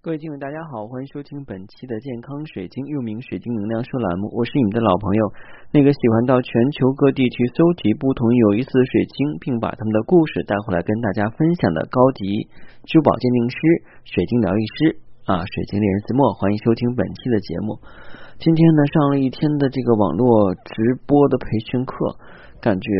各位听友大家好，欢迎收听本期的健康水晶，又名水晶能量说栏目，我是你们的老朋友，那个喜欢到全球各地去搜集不同有意思的水晶，并把他们的故事带回来跟大家分享的高级珠宝鉴定师、水晶疗愈师水晶猎人子墨，欢迎收听本期的节目。今天呢上了一天的这个网络直播的培训课，感觉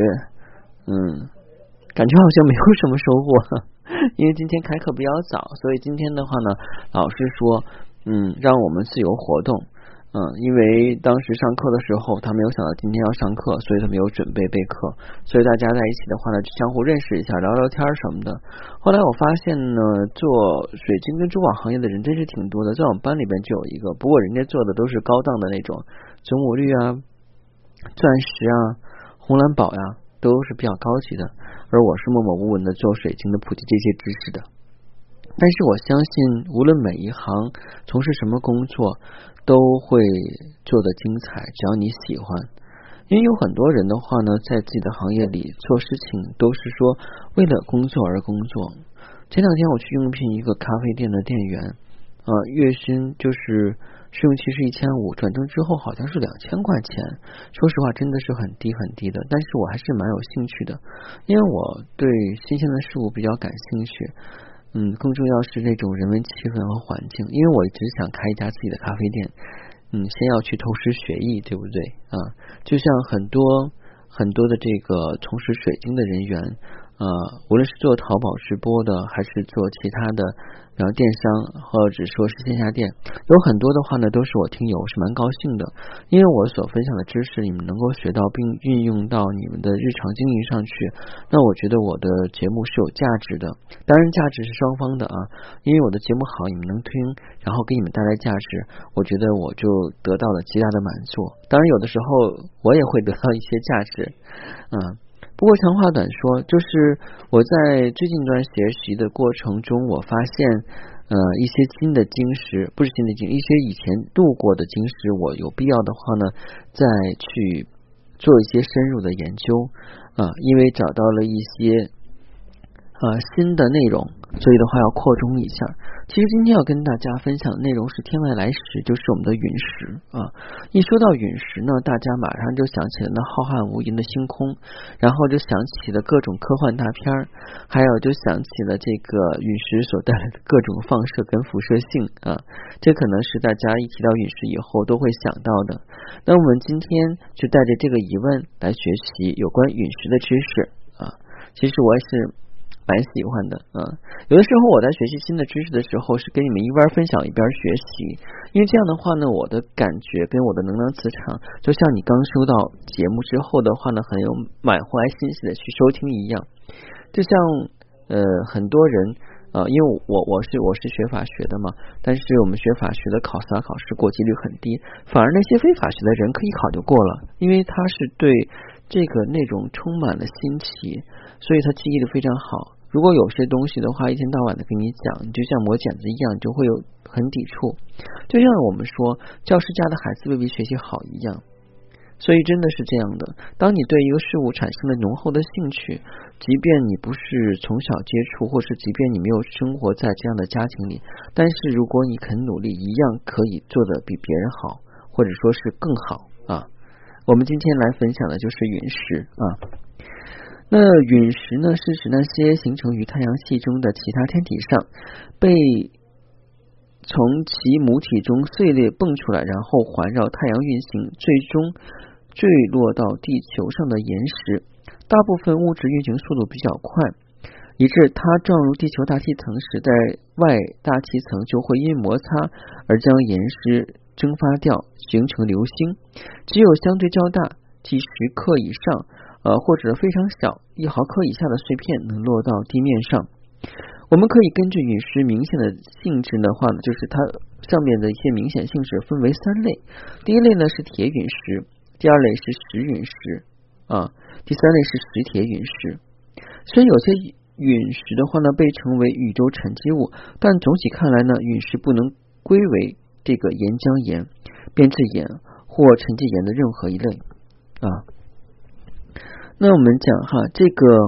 好像没有什么收获，因为今天开课比较早，所以今天的话呢，老师说让我们自由活动，因为当时上课的时候他没有想到今天要上课，所以他没有准备备课，所以大家在一起的话呢就相互认识一下，聊聊天什么的。后来我发现呢，做水晶跟珠宝行业的人真是挺多的，在我们班里边就有一个，不过人家做的都是高档的那种祖母绿啊、钻石啊、红蓝宝呀，都是比较高级的，而我是默默无闻的做水晶的普及这些知识的。但是我相信无论每一行从事什么工作都会做得精彩，只要你喜欢。因为有很多人的话呢，在自己的行业里做事情都是说为了工作而工作。前两天我去应聘一个咖啡店的店员，月薪就是试用期是1500，转正之后好像是2000块钱，说实话真的是很低很低的，但是我还是蛮有兴趣的，因为我对新鲜的事物比较感兴趣，更重要是那种人文气氛和环境，因为我一直想开一家自己的咖啡店，先要去投师学艺，对不对就像很多的这个从事水晶的人员，无论是做淘宝直播的，还是做其他的电商，或者说是线下店，有很多的话呢都是我听友，是蛮高兴的，因为我所分享的知识你们能够学到并运用到你们的日常经营上去，那我觉得我的节目是有价值的，当然价值是双方的因为我的节目好，你们能听，然后给你们带来价值，我觉得我就得到了极大的满足，当然有的时候我也会得到一些价值不过长话短说，就是我在最近一段学习的过程中，我发现一些新的晶石，不是新的晶石，一些以前路过的晶石，我有必要的话呢再去做一些深入的研究因为找到了一些新的内容，所以的话要扩充一下。其实今天要跟大家分享的内容是天外来石，就是我们的陨石一说到陨石呢，大家马上就想起了那浩瀚无垠的星空，然后就想起了各种科幻大片，还有就想起了这个陨石所带来的各种放射跟辐射性这可能是大家一提到陨石以后都会想到的。那我们今天就带着这个疑问来学习有关陨石的知识其实我也是蛮喜欢的有的时候我在学习新的知识的时候，是跟你们一边分享一边学习，因为这样的话呢，我的感觉跟我的能量磁场，就像你刚收到节目之后的话呢，很有满怀欣喜的去收听一样。就像很多人因为我是学法学的嘛，但是我们学法学的考试过几率很低，反而那些非法学的人可以考就过了，因为他是对这个内容充满了新奇，所以他记忆力非常好。如果有些东西的话一天到晚的跟你讲，你就像磨剪子一样，就会有很抵触，就像我们说教师家的孩子未必学习好一样。所以真的是这样的，当你对一个事物产生了浓厚的兴趣，即便你不是从小接触，或是即便你没有生活在这样的家庭里，但是如果你肯努力，一样可以做得比别人好，或者说是更好我们今天来分享的就是陨石那陨石呢，是指那些形成于太阳系中的其他天体上被从其母体中碎裂蹦出来，然后环绕太阳运行，最终坠落到地球上的岩石。大部分物质运行速度比较快，以致它撞入地球大气层时，在外大气层就会因摩擦而将岩石蒸发掉，形成流星。只有相对较大，即10克以上或者非常小1毫克以下的碎片能落到地面上。我们可以根据陨石明显的性质的话呢，就是它上面的一些明显性质分为3类。第一类呢是铁陨石，第二类是石陨石第三类是石铁陨石。虽然有些陨石的话呢被称为宇宙沉积物，但总体看来呢，陨石不能归为这个岩浆岩、变质岩或沉积岩的任何一类那我们讲这个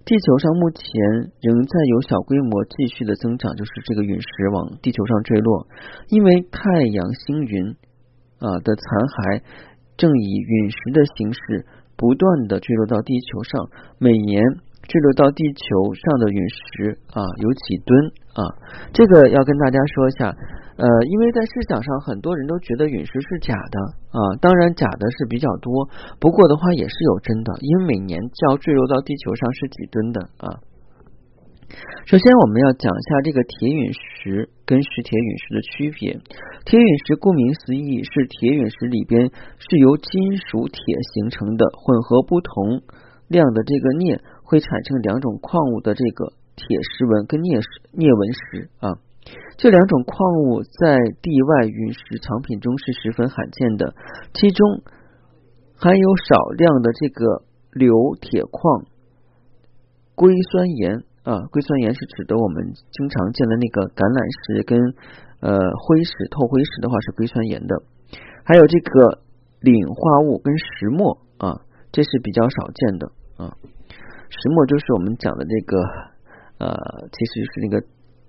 地球上目前仍在有小规模继续的增长，就是这个陨石往地球上坠落，因为太阳星云的残骸正以陨石的形式不断的坠落到地球上，每年坠落到地球上的陨石有几吨这个要跟大家说一下，因为在市场上很多人都觉得陨石是假的当然假的是比较多，不过的话也是有真的，因为每年就要坠落到地球上是几吨的首先我们要讲一下这个铁陨石跟石铁陨石的区别。铁陨石顾名思义是铁陨石里边是由金属铁形成的，混合不同量的这个镍会产生两种矿物的这个铁石纹跟镍纹石这两种矿物在地外陨石藏品中是十分罕见的，其中含有少量的这个硫铁矿硅酸盐硅酸盐是指的我们经常见的那个橄榄石跟灰石，透灰石的话是硅酸盐的，还有这个磷化物跟石墨这是比较少见的石墨就是我们讲的这个其实是那个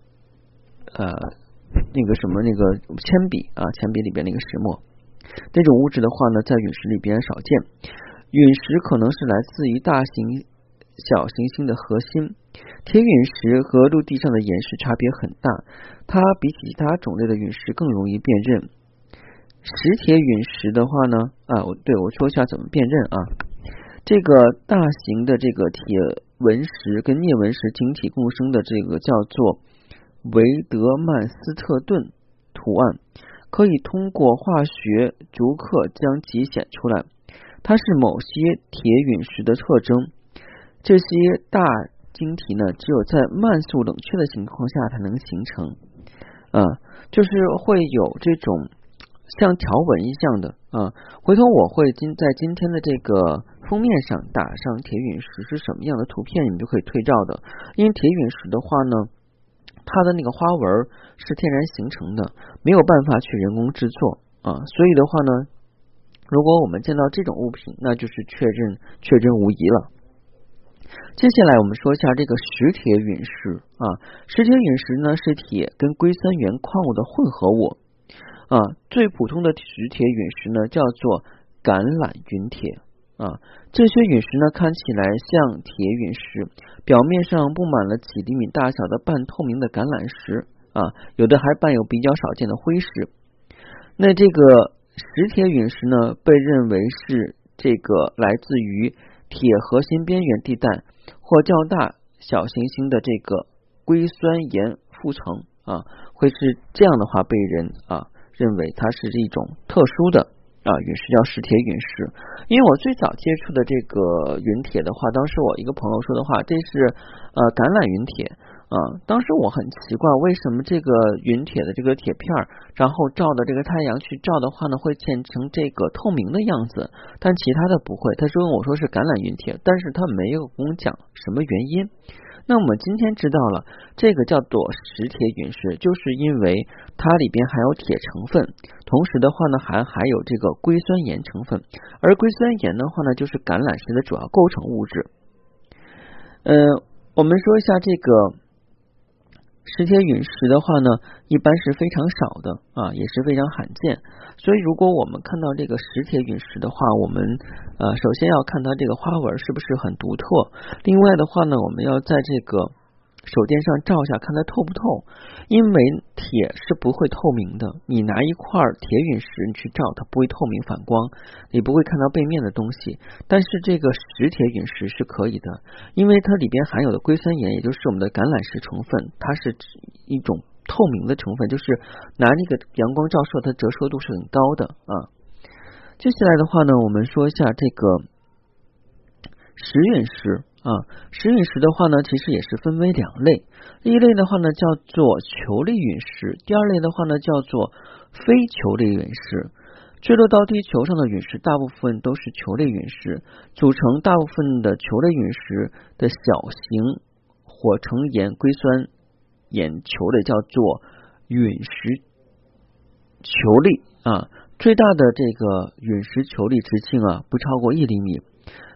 铅笔铅笔里边那个石墨，这种物质的话呢在陨石里边少见。陨石可能是来自于大型小行星的核心。铁陨石和陆地上的岩石差别很大，它比起其他种类的陨石更容易辨认。石铁陨石的话呢我说一下怎么辨认这个大型的这个铁纹石跟镍纹石晶体共生的这个叫做维德曼斯特顿图案，可以通过化学逐刻将其显出来，它是某些铁陨石的特征。这些大晶体呢只有在慢速冷却的情况下才能形成就是会有这种像条纹一样的回头我会在今天的这个封面上打上铁陨石是什么样的图片，你们就可以对照的。因为铁陨石的话呢，它的那个花纹是天然形成的，没有办法去人工制作所以的话呢，如果我们见到这种物品，那就是确真无疑了。接下来我们说一下这个石铁陨石石铁陨石呢是铁跟硅酸盐矿物的混合物最普通的石铁陨石呢叫做橄榄陨铁这些陨石呢看起来像铁陨石，表面上布满了几厘米大小的半透明的橄榄石有的还伴有比较少见的灰石。那这个石铁陨石呢被认为是这个来自于铁核心边缘地带或较大小行星的这个硅酸盐附层会是这样的话被人认为它是一种特殊的陨石叫石铁陨石。因为我最早接触的这个陨铁的话，当时我一个朋友说的话，这是橄榄陨铁当时我很奇怪为什么这个陨铁的这个铁片然后照的这个太阳去照的话呢会变成这个透明的样子，但其他的不会。他说我说是橄榄陨铁，但是他没有跟我讲什么原因。那我们今天知道了这个叫做石铁陨石，就是因为它里边含有铁成分，同时的话呢还含有这个硅酸盐成分，而硅酸盐的话呢就是橄榄石的主要构成物质。我们说一下这个石铁陨石的话呢一般是非常少的也是非常罕见，所以如果我们看到这个石铁陨石的话，我们首先要看它这个花纹是不是很独特，另外的话呢我们要在这个手电上照一下看它透不透，因为铁是不会透明的，你拿一块铁陨石你去照它不会透明反光，你不会看到背面的东西，但是这个石铁陨石是可以的，因为它里边含有的硅酸盐也就是我们的橄榄石成分，它是一种透明的成分，就是拿那个阳光照射它折射度是很高的接下来的话呢我们说一下这个石陨石石陨石的话呢其实也是分为两类，一类的话呢叫做球类陨石，第二类的话呢叫做非球类陨石。坠落到地球上的陨石大部分都是球类陨石，组成大部分的球类陨石的小型火成岩硅酸盐球类叫做陨石球粒最大的这个陨石球粒直径不超过1厘米。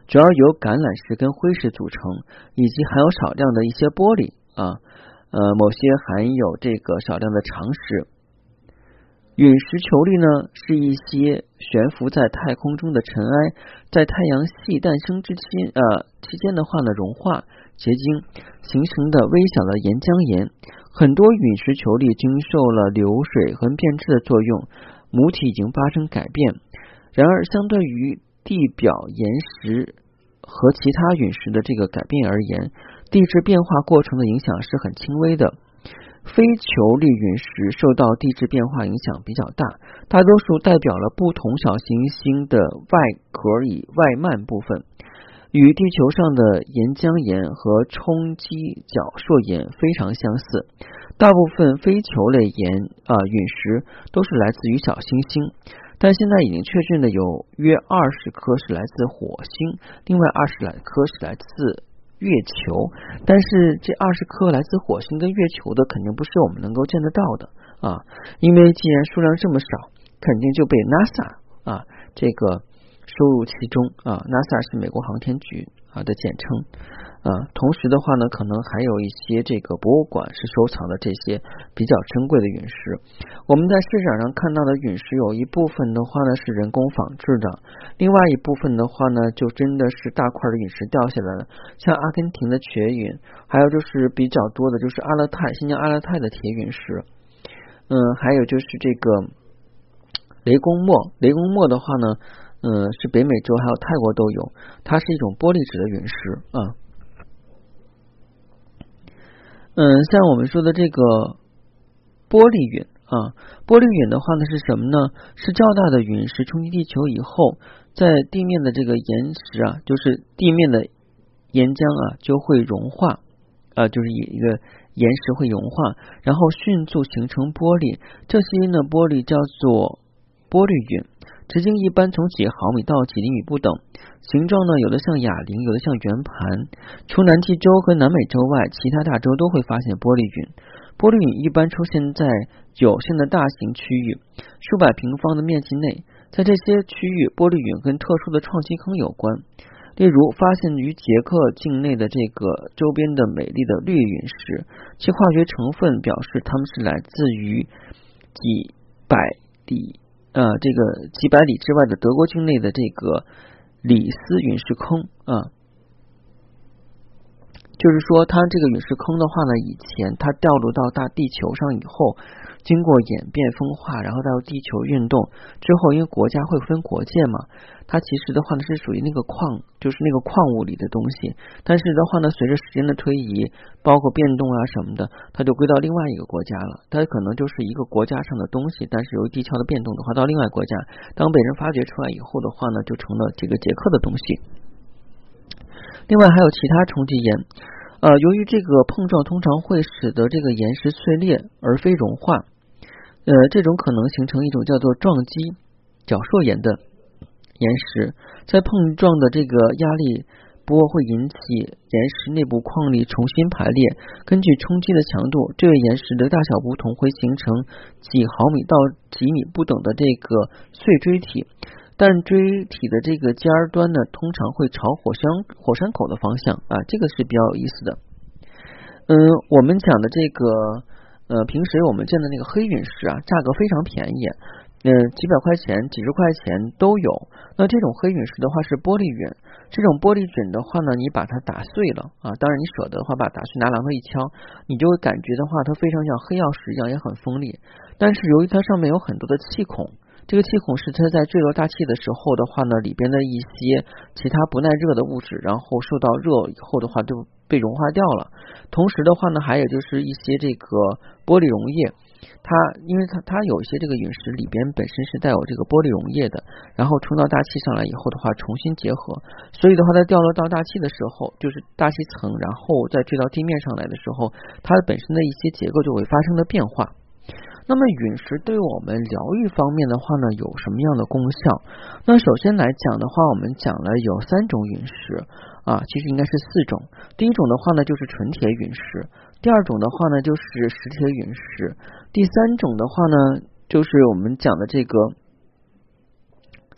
主要由橄榄石跟灰石组成，以及含有少量的一些玻璃某些含有这个少量的长石。陨石球粒呢，是一些悬浮在太空中的尘埃，在太阳系诞生期间的话呢，融化结晶形成的微小的岩浆岩。很多陨石球粒经受了流水和变质的作用，母体已经发生改变。然而，相对于地表岩石和其他陨石的这个改变而言，地质变化过程的影响是很轻微的。非球粒陨石受到地质变化影响比较大，大多数代表了不同小行星的外壳以外蔓部分，与地球上的岩浆岩和冲击角硕岩非常相似。大部分非球类陨石都是来自于小星星，但现在已经确认的有约20颗是来自火星，另外20来颗是来自月球，但是这20颗来自火星跟月球的肯定不是我们能够见得到的因为既然数量这么少，肯定就被 NASA 这个收入其中NASA 是美国航天局的简称同时的话呢，可能还有一些这个博物馆是收藏的这些比较珍贵的陨石。我们在市场上看到的陨石有一部分的话呢是人工仿制的，另外一部分的话呢就真的是大块的陨石掉下来了，像阿根廷的瘸陨，还有就是比较多的就是新疆阿勒泰的铁陨石，还有就是这个雷公墨。雷公墨的话呢是北美洲还有泰国都有，它是一种玻璃质的陨石像我们说的这个玻璃陨玻璃陨的话呢是什么呢？是较大的陨石冲击地球以后，在地面的这个岩石就是地面的岩浆就会融化就是一个岩石会融化，然后迅速形成玻璃。这些呢玻璃叫做玻璃陨，直径一般从几毫米到几厘米不等，形状呢有的像哑铃，有的像圆盘。除南极洲和南美洲外，其他大洲都会发现玻璃陨。玻璃陨一般出现在有限的大型区域，数百平方的面积内。在这些区域，玻璃陨跟特殊的撞击坑有关，例如发现于捷克境内的这个周边的美丽的绿陨石，其化学成分表示它们是来自于几百里之外的德国境内的这个里斯陨石坑就是说它这个陨石坑的话呢，以前它掉落到地球上以后，经过演变风化，然后到地球运动之后，因为国家会分国界嘛，它其实的话呢是属于那个就是那个矿物里的东西，但是的话呢随着时间的推移，包括变动什么的，它就归到另外一个国家了。它可能就是一个国家上的东西，但是由于地壳的变动的话，到另外国家，当被人发掘出来以后的话呢，就成了这个捷克的东西。另外还有其他冲击岩由于这个碰撞通常会使得这个岩石碎裂而非融化这种可能形成一种叫做撞击角硕岩的岩石，在碰撞的这个压力波会引起岩石内部矿粒重新排列，根据冲击的强度，这个岩石的大小不同，会形成几毫米到几米不等的这个碎锥体，但锥体的这个尖端呢，通常会朝火山口的方向这个是比较有意思的。我们讲的这个平时我们见的那个黑陨石价格非常便宜，几百块钱、几十块钱都有。那这种黑陨石的话是玻璃陨，这种玻璃陨的话呢，你把它打碎了当然你舍得的话把它打碎，拿榔头一敲，你就会感觉的话它非常像黑曜石一样，也很锋利。但是由于它上面有很多的气孔，这个气孔是它在坠落大气的时候的话呢，里边的一些其他不耐热的物质，然后受到热以后的话就被融化掉了。同时的话呢，还有就是一些这个玻璃溶液，因为它有一些这个陨石里边本身是带有这个玻璃溶液的，然后冲到大气上来以后的话重新结合，所以的话它掉落到大气的时候，就是大气层然后再坠到地面上来的时候，它本身的一些结构就会发生了变化。那么陨石对我们疗愈方面的话呢，有什么样的功效？那首先来讲的话，我们讲了有3种陨石其实应该是4种。第一种的话呢就是纯铁陨石，第二种的话呢就是石铁陨石，第三种的话呢就是我们讲的这个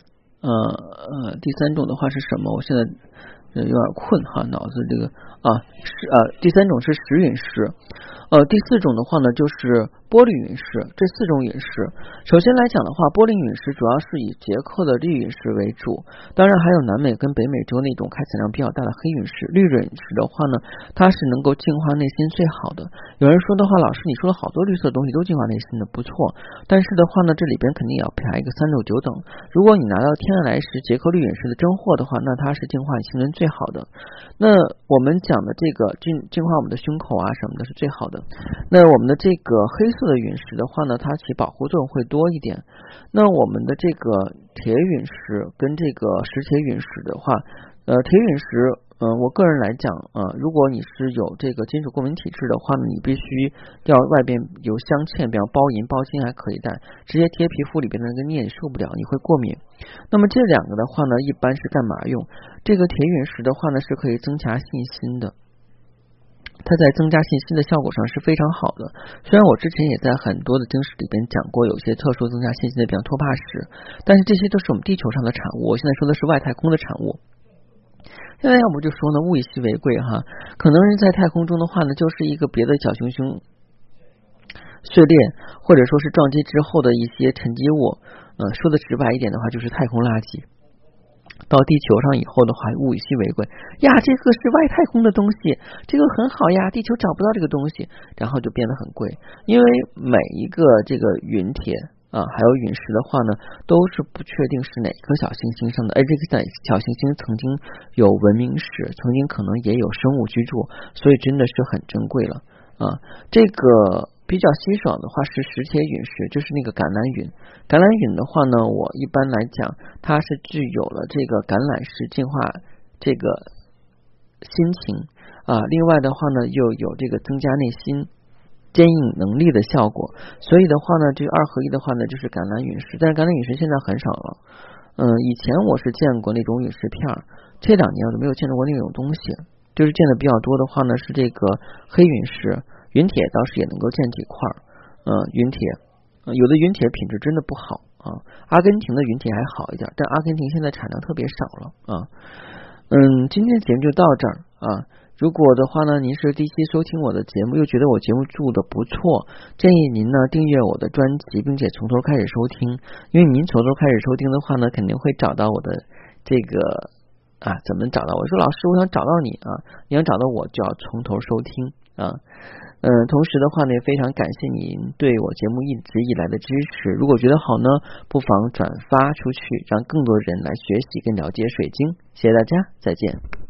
第三种的话是什么？我现在有点困哈，脑子这个第三种是石陨石，第四种的话呢就是玻璃陨石，这四种陨石。首先来讲的话，玻璃陨石主要是以捷克的绿陨石为主，当然还有南美跟北美洲那种开采量比较大的黑陨石。绿陨石的话呢，它是能够净化内心最好的。有人说的话，老师你说了好多绿色东西都净化内心的，不错，但是的话呢，这里边肯定也要排一个三六九等。如果你拿到天然来石捷克绿陨石的真货的话，那它是净化心轮最好的。那我们讲的这个净化我们的胸口啊什么的是最好的。那我们的这个黑色的陨石的话呢，它起保护作用会多一点。那我们的这个铁陨石跟这个石铁陨石的话，铁陨石我个人来讲如果你是有这个金属过敏体质的话呢，你必须要外边有镶嵌，比方包银包金还可以戴，直接贴皮肤里边的那个镍受不了，你会过敏。那么这两个的话呢，一般是干嘛用？这个铁陨石的话呢，是可以增强信心的，它在增加信心的效果上是非常好的。虽然我之前也在很多的经史里边讲过有些特殊增加信心的，比方托帕石，但是这些都是我们地球上的产物，我现在说的是外太空的产物。现在要不就说呢，物以稀为贵哈，可能人在太空中的话呢，就是一个别的小行星碎裂或者说是撞击之后的一些沉积物，说的直白一点的话，就是太空垃圾。到地球上以后的话，物以稀为贵呀，这个是外太空的东西，这个很好呀，地球找不到这个东西，然后就变得很贵。因为每一个这个陨铁还有陨石的话呢，都是不确定是哪颗小行星上的，这个小行星曾经有文明史，曾经可能也有生物居住，所以真的是很珍贵了这个比较稀少的话是石铁陨石，就是那个橄榄陨。橄榄陨的话呢，我一般来讲它是具有了这个橄榄石净化这个心情另外的话呢又有这个增加内心坚硬能力的效果，所以的话呢，这二合一的话呢就是橄榄陨石。但是橄榄陨石现在很少了，以前我是见过那种陨石片，这2年我都没有见到过那种东西。就是见的比较多的话呢是这个黑陨石，陨铁倒是也能够见几块陨铁有的陨铁品质真的不好阿根廷的陨铁还好一点，但阿根廷现在产量特别少了今天节目就到这儿如果的话呢，您是第一期收听我的节目，又觉得我节目做的不错，建议您呢订阅我的专辑，并且从头开始收听。因为您从头开始收听的话呢，肯定会找到我的这个怎么找到我？说老师，我想找到你你想找到我就要从头收听同时的话呢，也非常感谢您对我节目一直以来的支持。如果觉得好呢，不妨转发出去，让更多人来学习跟了解水晶。谢谢大家，再见。